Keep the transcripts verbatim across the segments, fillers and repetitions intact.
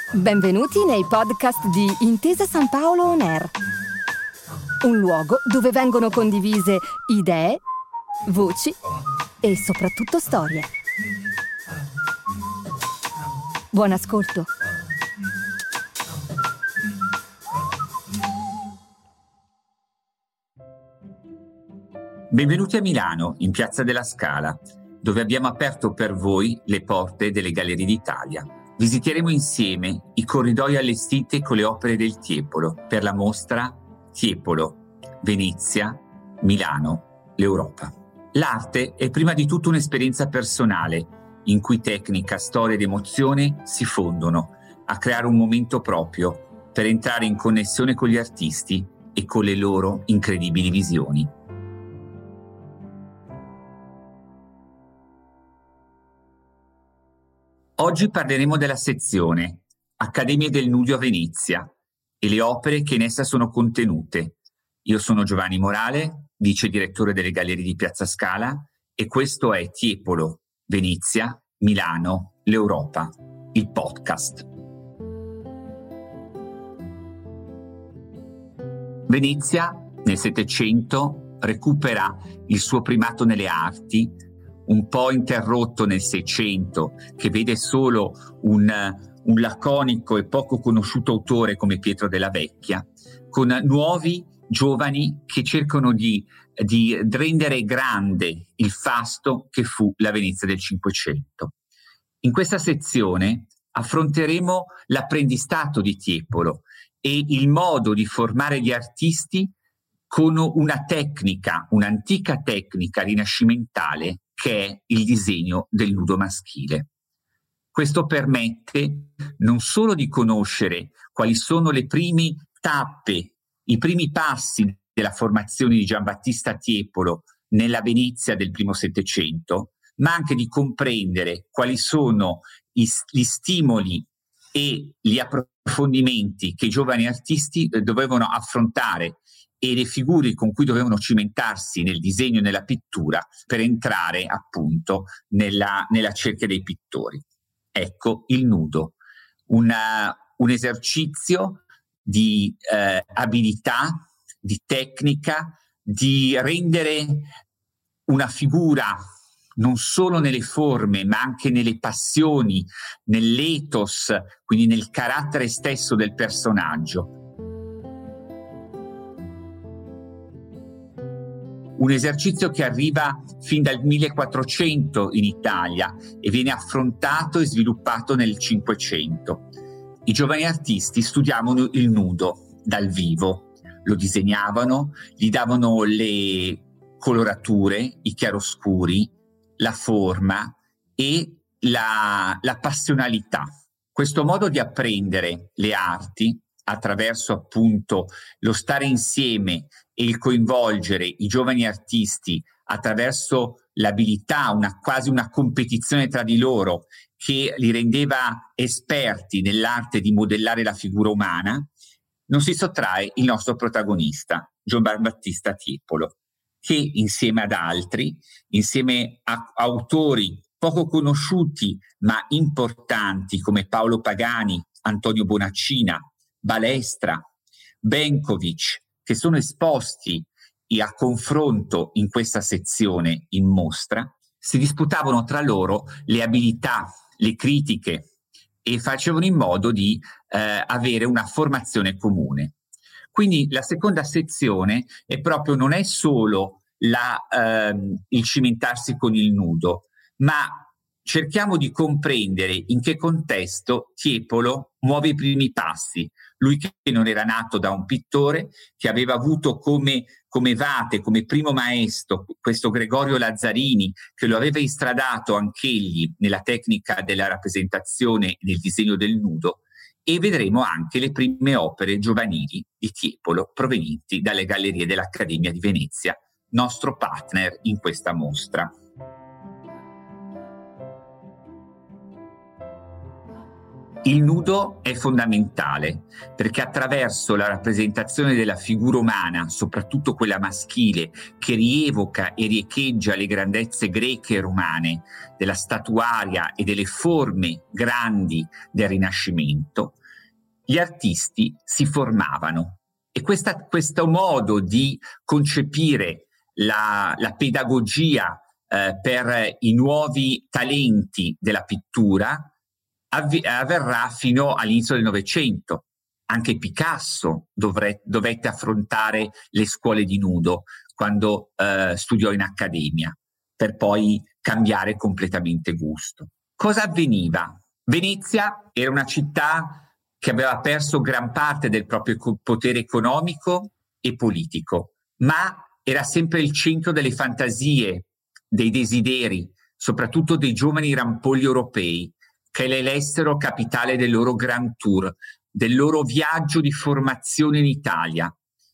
Benvenuti nei podcast di Intesa San Paolo On Air, un luogo dove vengono condivise idee, voci e soprattutto storie. Buon ascolto. Benvenuti a Milano, in Piazza della Scala, dove abbiamo aperto per voi le porte delle Gallerie d'Italia. Visiteremo insieme i corridoi allestiti con le opere del Tiepolo per la mostra Tiepolo, Venezia, Milano, l'Europa. L'arte è prima di tutto un'esperienza personale in cui tecnica, storia ed emozione si fondono a creare un momento proprio per entrare in connessione con gli artisti e con le loro incredibili visioni. Oggi parleremo della sezione Accademia del Nudo a Venezia e le opere che in essa sono contenute. Io sono Giovanni Morale, vice direttore delle Gallerie di Piazza Scala, e questo è Tiepolo, Venezia, Milano, l'Europa, il podcast. Venezia nel Settecento recupera il suo primato nelle arti, un po' interrotto nel Seicento, che vede solo un, un laconico e poco conosciuto autore come Pietro della Vecchia, con nuovi giovani che cercano di, di rendere grande il fasto che fu la Venezia del Cinquecento. In questa sezione affronteremo l'apprendistato di Tiepolo e il modo di formare gli artisti con una tecnica, un'antica tecnica rinascimentale che è il disegno del nudo maschile. Questo permette non solo di conoscere quali sono le prime tappe, i primi passi della formazione di Giambattista Tiepolo nella Venezia del primo Settecento, ma anche di comprendere quali sono gli stimoli e gli approfondimenti che i giovani artisti dovevano affrontare e le figure con cui dovevano cimentarsi nel disegno e nella pittura per entrare appunto nella, nella cerchia dei pittori. Ecco il nudo, una, un esercizio di eh, abilità, di tecnica, di rendere una figura non solo nelle forme ma anche nelle passioni, nell'ethos, quindi nel carattere stesso del personaggio. Un esercizio che arriva fin dal millequattrocento in Italia e viene affrontato e sviluppato nel Cinquecento. I giovani artisti studiavano il nudo dal vivo, lo disegnavano, gli davano le colorature, i chiaroscuri, la forma e la, la passionalità. Questo modo di apprendere le arti attraverso appunto lo stare insieme e il coinvolgere i giovani artisti attraverso l'abilità, una, quasi una competizione tra di loro che li rendeva esperti nell'arte di modellare la figura umana, non si sottrae il nostro protagonista, Giambattista Tiepolo, che insieme ad altri, insieme a autori poco conosciuti ma importanti come Paolo Pagani, Antonio Bonaccina, Balestra, Benkovic, che sono esposti a confronto in questa sezione in mostra, si disputavano tra loro le abilità, le critiche e facevano in modo di eh, avere una formazione comune. Quindi la seconda sezione è proprio, non è solo la, ehm, il cimentarsi con il nudo, ma cerchiamo di comprendere in che contesto Tiepolo muove i primi passi. Lui che non era nato da un pittore, che aveva avuto come, come vate, come primo maestro, questo Gregorio Lazzarini, che lo aveva istradato anch'egli nella tecnica della rappresentazione e nel disegno del nudo, e vedremo anche le prime opere giovanili di Tiepolo provenienti dalle gallerie dell'Accademia di Venezia, nostro partner in questa mostra. Il nudo è fondamentale perché attraverso la rappresentazione della figura umana, soprattutto quella maschile, che rievoca e riecheggia le grandezze greche e romane, della statuaria e delle forme grandi del Rinascimento, gli artisti si formavano e questa, questo modo di concepire la, la pedagogia eh, per i nuovi talenti della pittura avv- avverrà fino all'inizio del Novecento. Anche Picasso dovre- dovette affrontare le scuole di nudo quando eh, studiò in accademia, per poi cambiare completamente gusto. Cosa avveniva? Venezia era una città che aveva perso gran parte del proprio potere economico e politico, ma era sempre il centro delle fantasie, dei desideri, soprattutto dei giovani rampolli europei, che le elessero capitale del loro Grand Tour, del loro viaggio di formazione in Italia.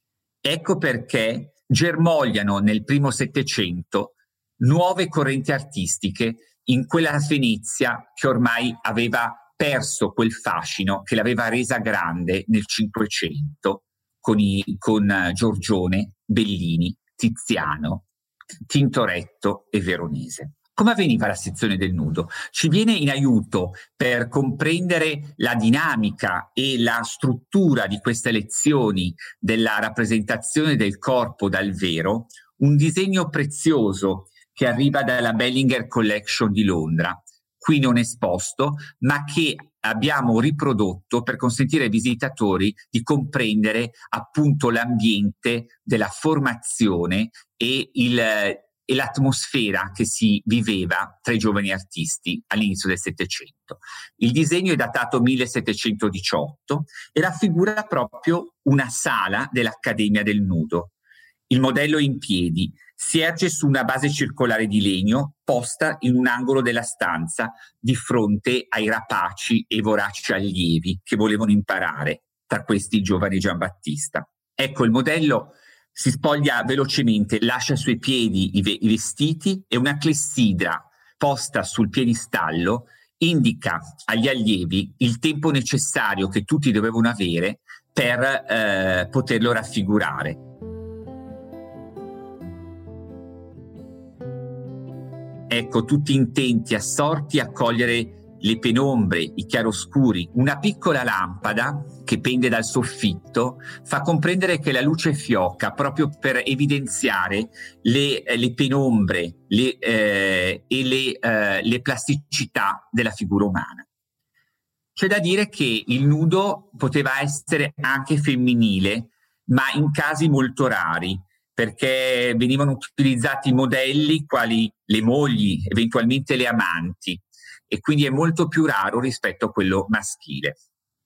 Ecco perché germogliano nel primo Settecento nuove correnti artistiche in quella Venezia che ormai aveva perso quel fascino che l'aveva resa grande nel Cinquecento con, i, con Giorgione, Bellini, Tiziano, Tintoretto e Veronese. Come avveniva la sezione del nudo? Ci viene in aiuto per comprendere la dinamica e la struttura di queste lezioni della rappresentazione del corpo dal vero, un disegno prezioso che arriva dalla Bellinger Collection di Londra, qui non esposto, ma che abbiamo riprodotto per consentire ai visitatori di comprendere appunto l'ambiente della formazione e il e l'atmosfera che si viveva tra i giovani artisti all'inizio del Settecento. Il disegno è datato millesettecentodiciotto e raffigura proprio una sala dell'Accademia del Nudo. Il modello è in piedi, si erge su una base circolare di legno posta in un angolo della stanza di fronte ai rapaci e voraci allievi che volevano imparare, tra questi il giovane Giambattista. Ecco, il modello si spoglia velocemente, lascia ai suoi piedi i, ve- i vestiti e una clessidra posta sul piedistallo indica agli allievi il tempo necessario che tutti dovevano avere per eh, poterlo raffigurare. Ecco, tutti intenti, assorti a cogliere le penombre, i chiaroscuri. Una piccola lampada che pende dal soffitto fa comprendere che la luce fioca proprio per evidenziare le, le penombre le, eh, e le, eh, le plasticità della figura umana. C'è da dire che il nudo poteva essere anche femminile, ma in casi molto rari, perché venivano utilizzati modelli quali le mogli, eventualmente le amanti, e quindi è molto più raro rispetto a quello maschile.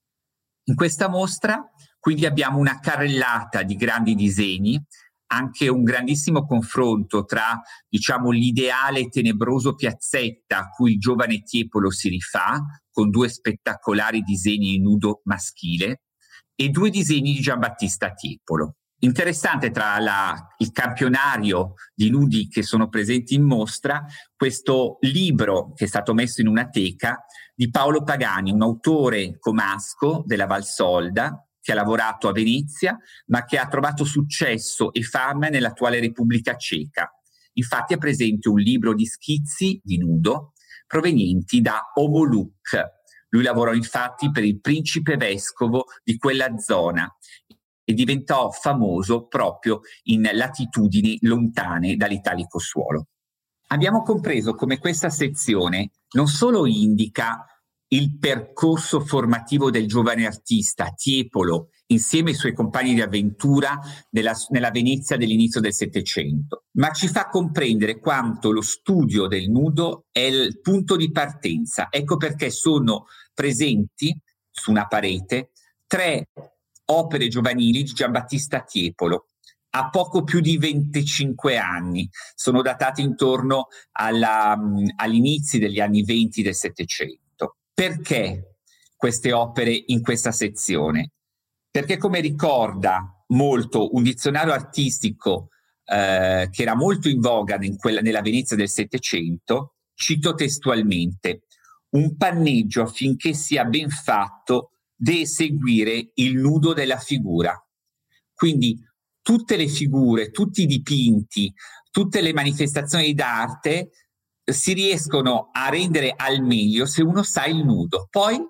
In questa mostra quindi abbiamo una carrellata di grandi disegni, anche un grandissimo confronto tra, diciamo, l'ideale tenebroso Piazzetta a cui il giovane Tiepolo si rifà, con due spettacolari disegni in nudo maschile, e due disegni di Giambattista Tiepolo. Interessante tra la, il campionario di nudi che sono presenti in mostra, questo libro che è stato messo in una teca di Paolo Pagani, un autore comasco della Valsolda, che ha lavorato a Venezia, ma che ha trovato successo e fama nell'attuale Repubblica Ceca. Infatti è presente un libro di schizzi di nudo provenienti da Homoluk. Lui lavorò infatti per il principe vescovo di quella zona e diventò famoso proprio in latitudini lontane dall'italico suolo. Abbiamo compreso come questa sezione non solo indica il percorso formativo del giovane artista Tiepolo insieme ai suoi compagni di avventura nella, nella Venezia dell'inizio del Settecento, ma ci fa comprendere quanto lo studio del nudo è il punto di partenza. Ecco perché sono presenti su una parete tre opere giovanili di Giambattista Tiepolo, a poco più di venticinque anni, sono datate intorno alla, agli inizi degli anni venti del Settecento. Perché queste opere in questa sezione? Perché, come ricorda molto un dizionario artistico eh, che era molto in voga in quella, nella Venezia del Settecento, cito testualmente: un panneggio affinché sia ben fatto deve seguire il nudo della figura. Quindi tutte le figure, tutti i dipinti, tutte le manifestazioni d'arte si riescono a rendere al meglio se uno sa il nudo. Poi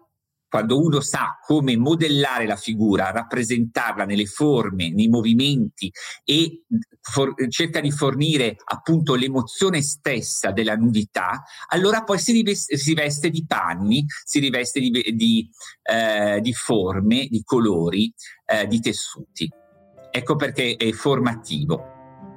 quando uno sa come modellare la figura, rappresentarla nelle forme, nei movimenti e for- cerca di fornire appunto l'emozione stessa della nudità, allora poi si, riveste, si veste di panni, si riveste di, di, eh, di forme, di colori, eh, di tessuti. Ecco perché è formativo.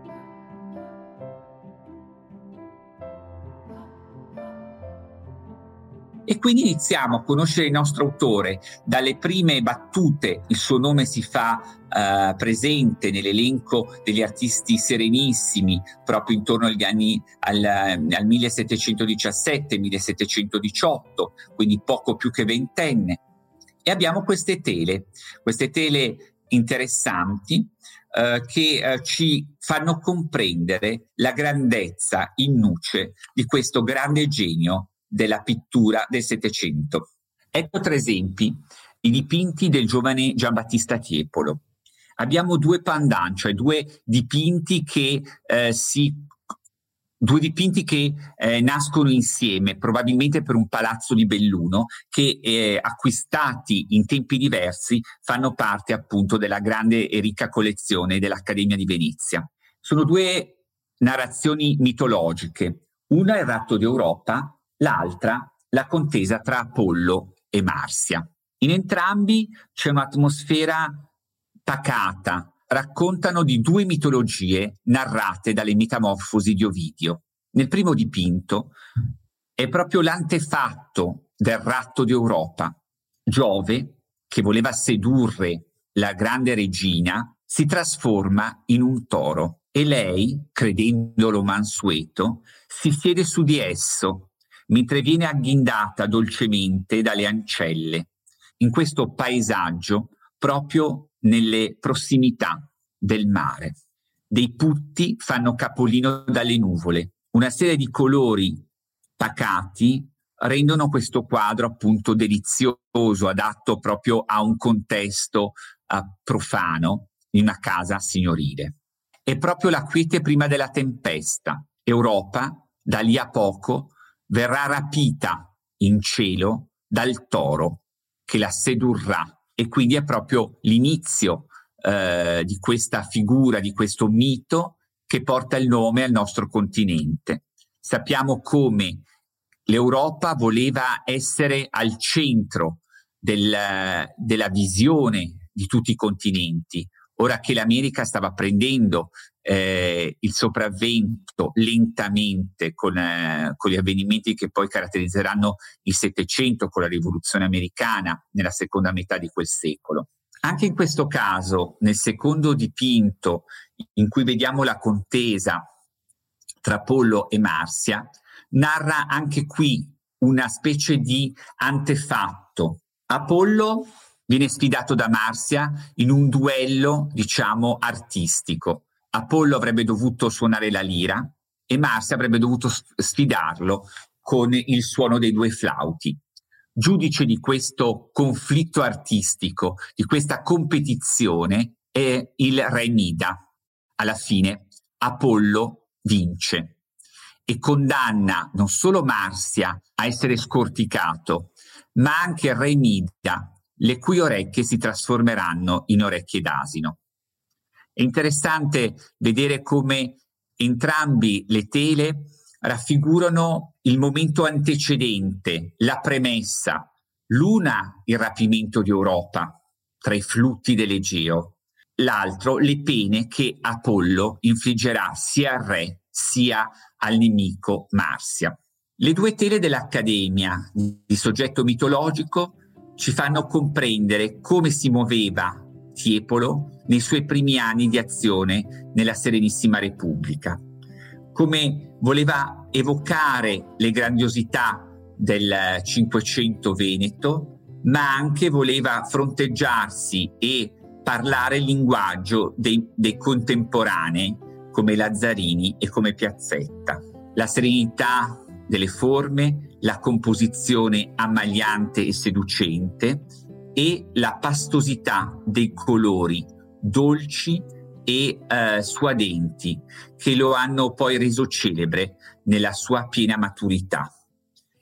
E quindi iniziamo a conoscere il nostro autore. Dalle prime battute il suo nome si fa uh, presente nell'elenco degli artisti serenissimi proprio intorno agli anni al, al millesettecentodiciassette millesettecentodiciotto, quindi poco più che ventenne. E abbiamo queste tele, queste tele interessanti uh, che uh, ci fanno comprendere la grandezza in nuce di questo grande genio della pittura del Settecento. Ecco tre esempi, i dipinti del giovane Giambattista Tiepolo. Abbiamo due pendant, cioè due dipinti che eh, si due dipinti che eh, nascono insieme, probabilmente per un palazzo di Belluno, che eh, acquistati in tempi diversi fanno parte appunto della grande e ricca collezione dell'Accademia di Venezia. Sono due narrazioni mitologiche, una è il Ratto d'Europa, l'altra la contesa tra Apollo e Marsia. In entrambi c'è un'atmosfera pacata, raccontano di due mitologie narrate dalle Metamorfosi di Ovidio. Nel primo dipinto è proprio l'antefatto del Ratto d'Europa. Giove, che voleva sedurre la grande regina, si trasforma in un toro e lei, credendolo mansueto, si siede su di esso, mentre viene agghindata dolcemente dalle ancelle, in questo paesaggio proprio nelle prossimità del mare. Dei putti fanno capolino dalle nuvole, una serie di colori pacati rendono questo quadro appunto delizioso, adatto proprio a un contesto uh, profano in una casa signorile. È proprio la quiete prima della tempesta. Europa, da lì a poco, verrà rapita in cielo dal toro che la sedurrà, e quindi è proprio l'inizio eh, di questa figura, di questo mito che porta il nome al nostro continente. Sappiamo come l'Europa voleva essere al centro del, della visione di tutti i continenti, ora che l'America stava prendendo Eh, il sopravvento lentamente con, eh, con gli avvenimenti che poi caratterizzeranno il Settecento, con la rivoluzione americana nella seconda metà di quel secolo. Anche in questo caso, nel secondo dipinto, in cui vediamo la contesa tra Apollo e Marsia, narra anche qui una specie di antefatto. Apollo viene sfidato da Marsia in un duello, diciamo, artistico. Apollo avrebbe dovuto suonare la lira e Marsia avrebbe dovuto sfidarlo con il suono dei due flauti. Giudice di questo conflitto artistico, di questa competizione, è il re Mida. Alla fine Apollo vince e condanna non solo Marsia a essere scorticato, ma anche il re Mida, le cui orecchie si trasformeranno in orecchie d'asino. È interessante vedere come entrambi le tele raffigurano il momento antecedente, la premessa, l'una il rapimento di Europa tra i flutti dell'Egeo, l'altro le pene che Apollo infliggerà sia al re sia al nemico Marsia. Le due tele dell'Accademia di soggetto mitologico ci fanno comprendere come si muoveva Tiepolo nei suoi primi anni di azione nella Serenissima Repubblica, come voleva evocare le grandiosità del Cinquecento veneto, ma anche voleva fronteggiarsi e parlare il linguaggio dei, dei contemporanei come Lazzarini e come Piazzetta. La serenità delle forme, la composizione ammagliante e seducente e la pastosità dei colori dolci e eh, suadenti che lo hanno poi reso celebre nella sua piena maturità.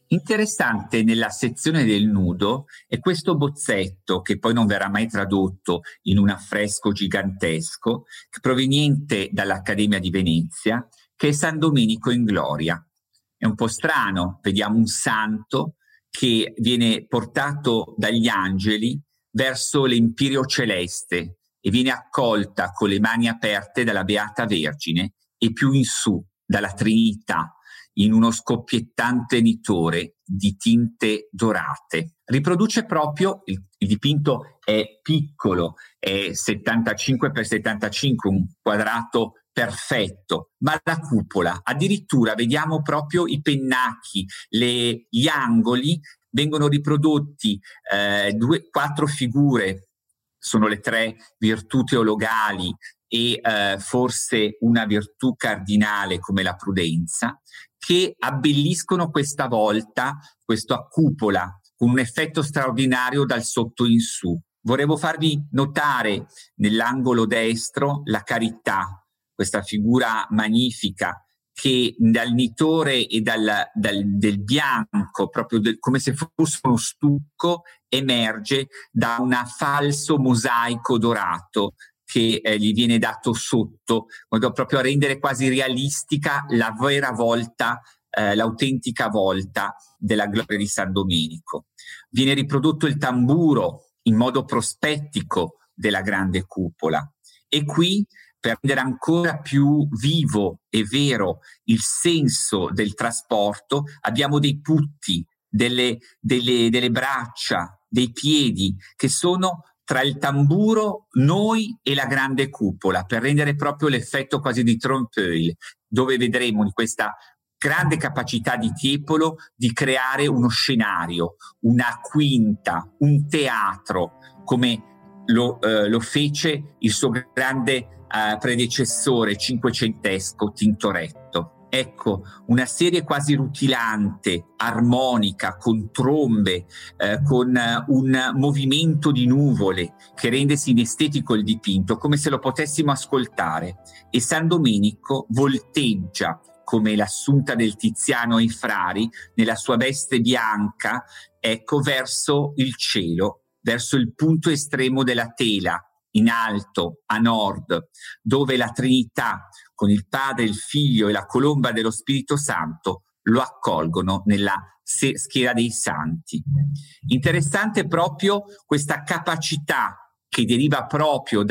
Interessante nella sezione del nudo è questo bozzetto, che poi non verrà mai tradotto in un affresco gigantesco, proveniente dall'Accademia di Venezia, che è San Domenico in Gloria. È un po' strano, vediamo un santo che viene portato dagli angeli verso l'Empireo celeste e viene accolta con le mani aperte dalla Beata Vergine e più in su dalla Trinità, in uno scoppiettante nitore di tinte dorate. Riproduce proprio, il, il dipinto è piccolo, è settantacinque per settantacinque, un quadrato perfetto, ma la cupola, addirittura vediamo proprio i pennacchi, le, gli angoli, vengono riprodotti eh, due, quattro figure, sono le tre virtù teologali e eh, forse una virtù cardinale come la prudenza, che abbelliscono questa volta questa cupola con un effetto straordinario dal sotto in su. Volevo farvi notare nell'angolo destro la Carità, questa figura magnifica che dal nitore e dal, dal, del bianco, proprio del, come se fosse uno stucco, emerge da un falso mosaico dorato che eh, gli viene dato sotto, proprio a rendere quasi realistica la vera volta, eh, l'autentica volta della gloria di San Domenico. Viene riprodotto il tamburo in modo prospettico della grande cupola, e qui, per rendere ancora più vivo e vero il senso del trasporto, abbiamo dei putti, delle, delle, delle braccia, dei piedi che sono tra il tamburo, noi e la grande cupola, per rendere proprio l'effetto quasi di Trompe-l'œil, dove vedremo in questa grande capacità di Tiepolo di creare uno scenario, una quinta, un teatro, come lo, eh, lo fece il suo grande eh, predecessore cinquecentesco Tintoretto. Ecco, una serie quasi rutilante, armonica, con trombe, eh, con uh, un movimento di nuvole che rende sinestetico il dipinto, come se lo potessimo ascoltare. E San Domenico volteggia, come l'Assunta del Tiziano ai Frari, nella sua veste bianca, ecco, verso il cielo, verso il punto estremo della tela, in alto, a nord, dove la Trinità, con il Padre, il Figlio e la colomba dello Spirito Santo, lo accolgono nella schiera dei santi. Interessante proprio questa capacità che deriva proprio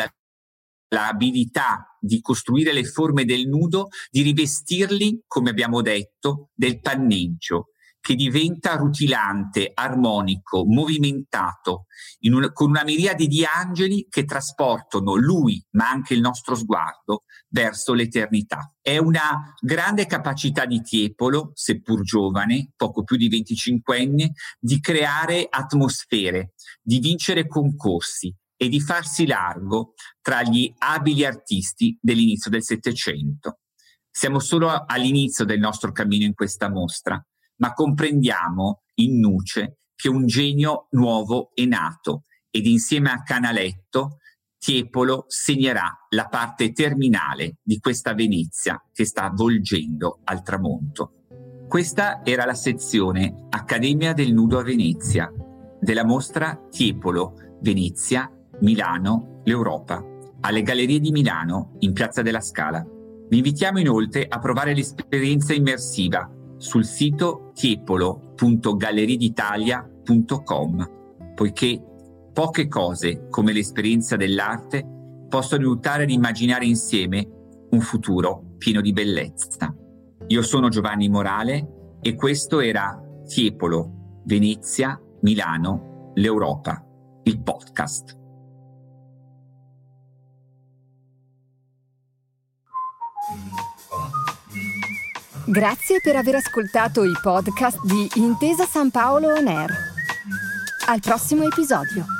dall'abilità di costruire le forme del nudo, di rivestirli, come abbiamo detto, del panneggio, che diventa rutilante, armonico, movimentato, in un, con una miriade di angeli che trasportano lui, ma anche il nostro sguardo, verso l'eternità. È una grande capacità di Tiepolo, seppur giovane, poco più di venticinquenne, di creare atmosfere, di vincere concorsi e di farsi largo tra gli abili artisti dell'inizio del Settecento. Siamo solo all'inizio del nostro cammino in questa mostra, ma comprendiamo in nuce che un genio nuovo è nato, ed insieme a Canaletto Tiepolo segnerà la parte terminale di questa Venezia che sta volgendo al tramonto. Questa era la sezione Accademia del Nudo a Venezia della mostra Tiepolo, Venezia, Milano, l'Europa, alle Gallerie di Milano in Piazza della Scala. Vi invitiamo inoltre a provare l'esperienza immersiva sul sito tiepolo punto gallerie d'italia punto com, poiché poche cose come l'esperienza dell'arte possono aiutare ad immaginare insieme un futuro pieno di bellezza. Io sono Giovanni Morale e questo era Tiepolo, Venezia, Milano, l'Europa, il podcast. Grazie per aver ascoltato i podcast di Intesa San Paolo On Air. Al prossimo episodio.